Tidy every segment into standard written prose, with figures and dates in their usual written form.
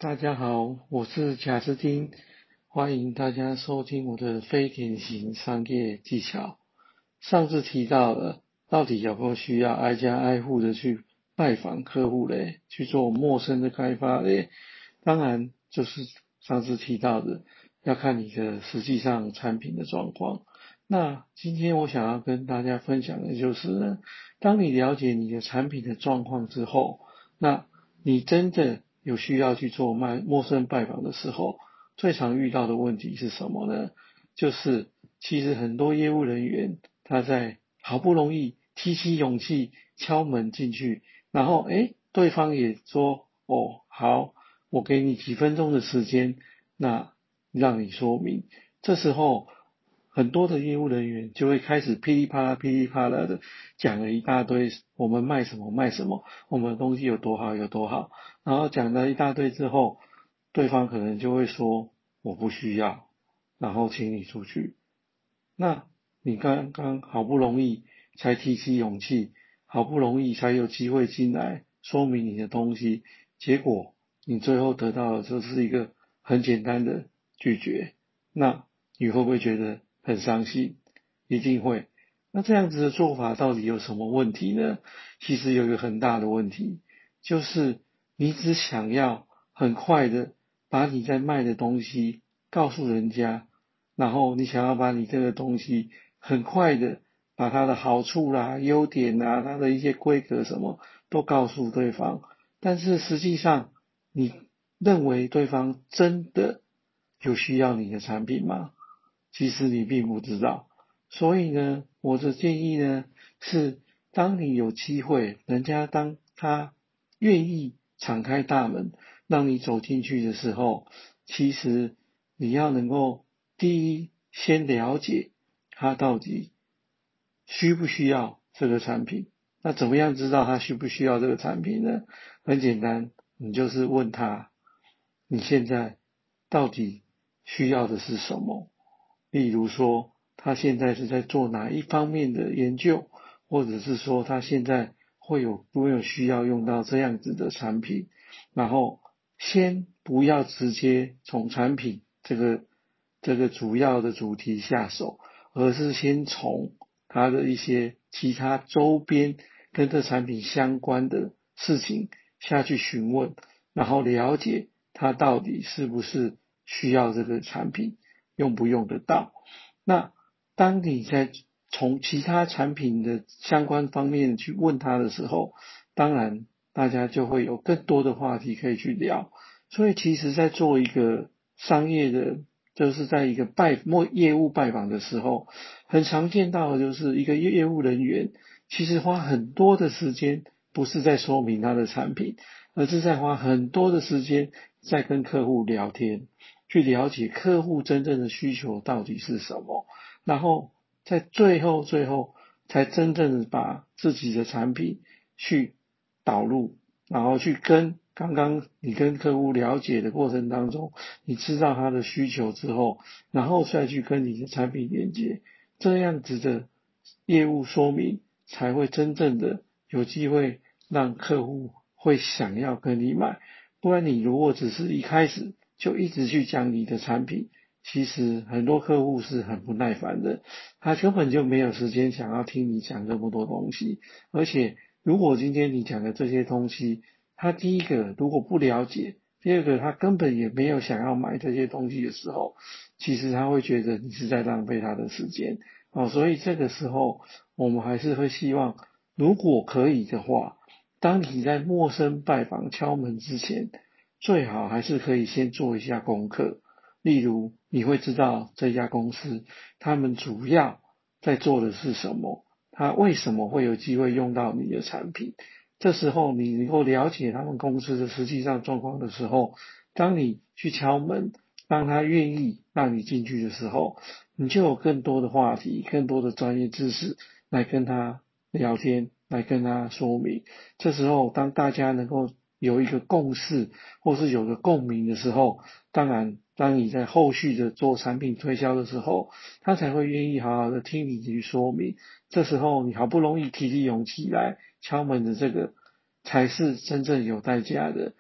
大家好，我是贾斯汀，欢迎大家收听我的非典型商业技巧。上次提到了，到底有没有需要挨家挨户的去拜访客户嘞，去做陌生的开发嘞？当然，就是上次提到的，要看你的实际上产品的状况。那今天我想要跟大家分享的就是呢，当你了解你的产品的状况之后，那你真的有需要去做陌生拜访的时候，最常遇到的问题是什么呢？就是其实很多业务人员他在好不容易提起勇气敲门进去，然后对方也说好，我给你几分钟的时间，那让你说明。这时候很多的业务人员就会开始噼里啪啦噼里啪啦的讲了一大堆，我们卖什么卖什么，我们的东西有多好有多好，然后讲了一大堆之后，对方可能就会说我不需要，然后请你出去。那你刚刚好不容易才提起勇气，好不容易才有机会进来说明你的东西，结果你最后得到的就是一个很简单的拒绝，那你会不会觉得很伤心？一定会。那这样子的做法到底有什么问题呢？其实有一个很大的问题，就是你只想要很快的把你在卖的东西告诉人家，然后你想要把你这个东西很快的把它的好处啦、优点啦、它的一些规格什么都告诉对方，但是实际上你认为对方真的有需要你的产品吗？其实你并不知道。所以呢，我的建议呢是，当你有机会，当他愿意敞开大门让你走进去的时候，其实你要能够第一先了解他到底需不需要这个产品。那怎么样知道他需不需要这个产品呢？很简单，你就是问他，你现在到底需要的是什么？例如说，他现在是在做哪一方面的研究，或者是说他现在不会有需要用到这样子的产品，然后先不要直接从产品这个主要的主题下手，而是先从它的一些其他周边跟这产品相关的事情下去询问，然后了解他到底是不是需要这个产品，用不用得到。那当你在从其他产品的相关方面去问他的时候，当然大家就会有更多的话题可以去聊。所以其实在做一个商业的，就是在一个业务拜访的时候，很常见到的就是一个业务人员其实花很多的时间，不是在说明他的产品，而是在花很多的时间在跟客户聊天，去了解客户真正的需求到底是什么，然后在最后才真正的把自己的产品去导入，然后去跟刚刚你跟客户了解的过程当中，你知道他的需求之后，然后再去跟你的产品连接，这样子的业务说明才会真正的有机会让客户会想要跟你买。不然你如果只是一开始就一直去讲你的产品，其实很多客户是很不耐烦的，他根本就没有时间想要听你讲这么多东西。而且如果今天你讲的这些东西，他第一个如果不了解，第二个他根本也没有想要买这些东西的时候，其实他会觉得你是在浪费他的时间。所以这个时候我们还是会希望，如果可以的话，当你在陌生拜访敲门之前，最好还是可以先做一下功课。例如，你会知道这家公司他们主要在做的是什么，他为什么会有机会用到你的产品。这时候你能够了解他们公司的实际上状况的时候，当你去敲门，让他愿意让你进去的时候，你就有更多的话题，更多的专业知识来跟他聊天，来跟他说明。这时候，当大家能够有一个共识，或是有个共鸣的时候，当然，当你在后续的做产品推销的时候，他才会愿意好好的听你去说明。这时候，你好不容易提起勇气来敲门的这个，才是真正有代价的。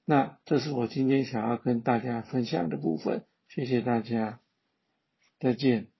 那这是我今天想要跟大家分享的部分，谢谢大家，再见。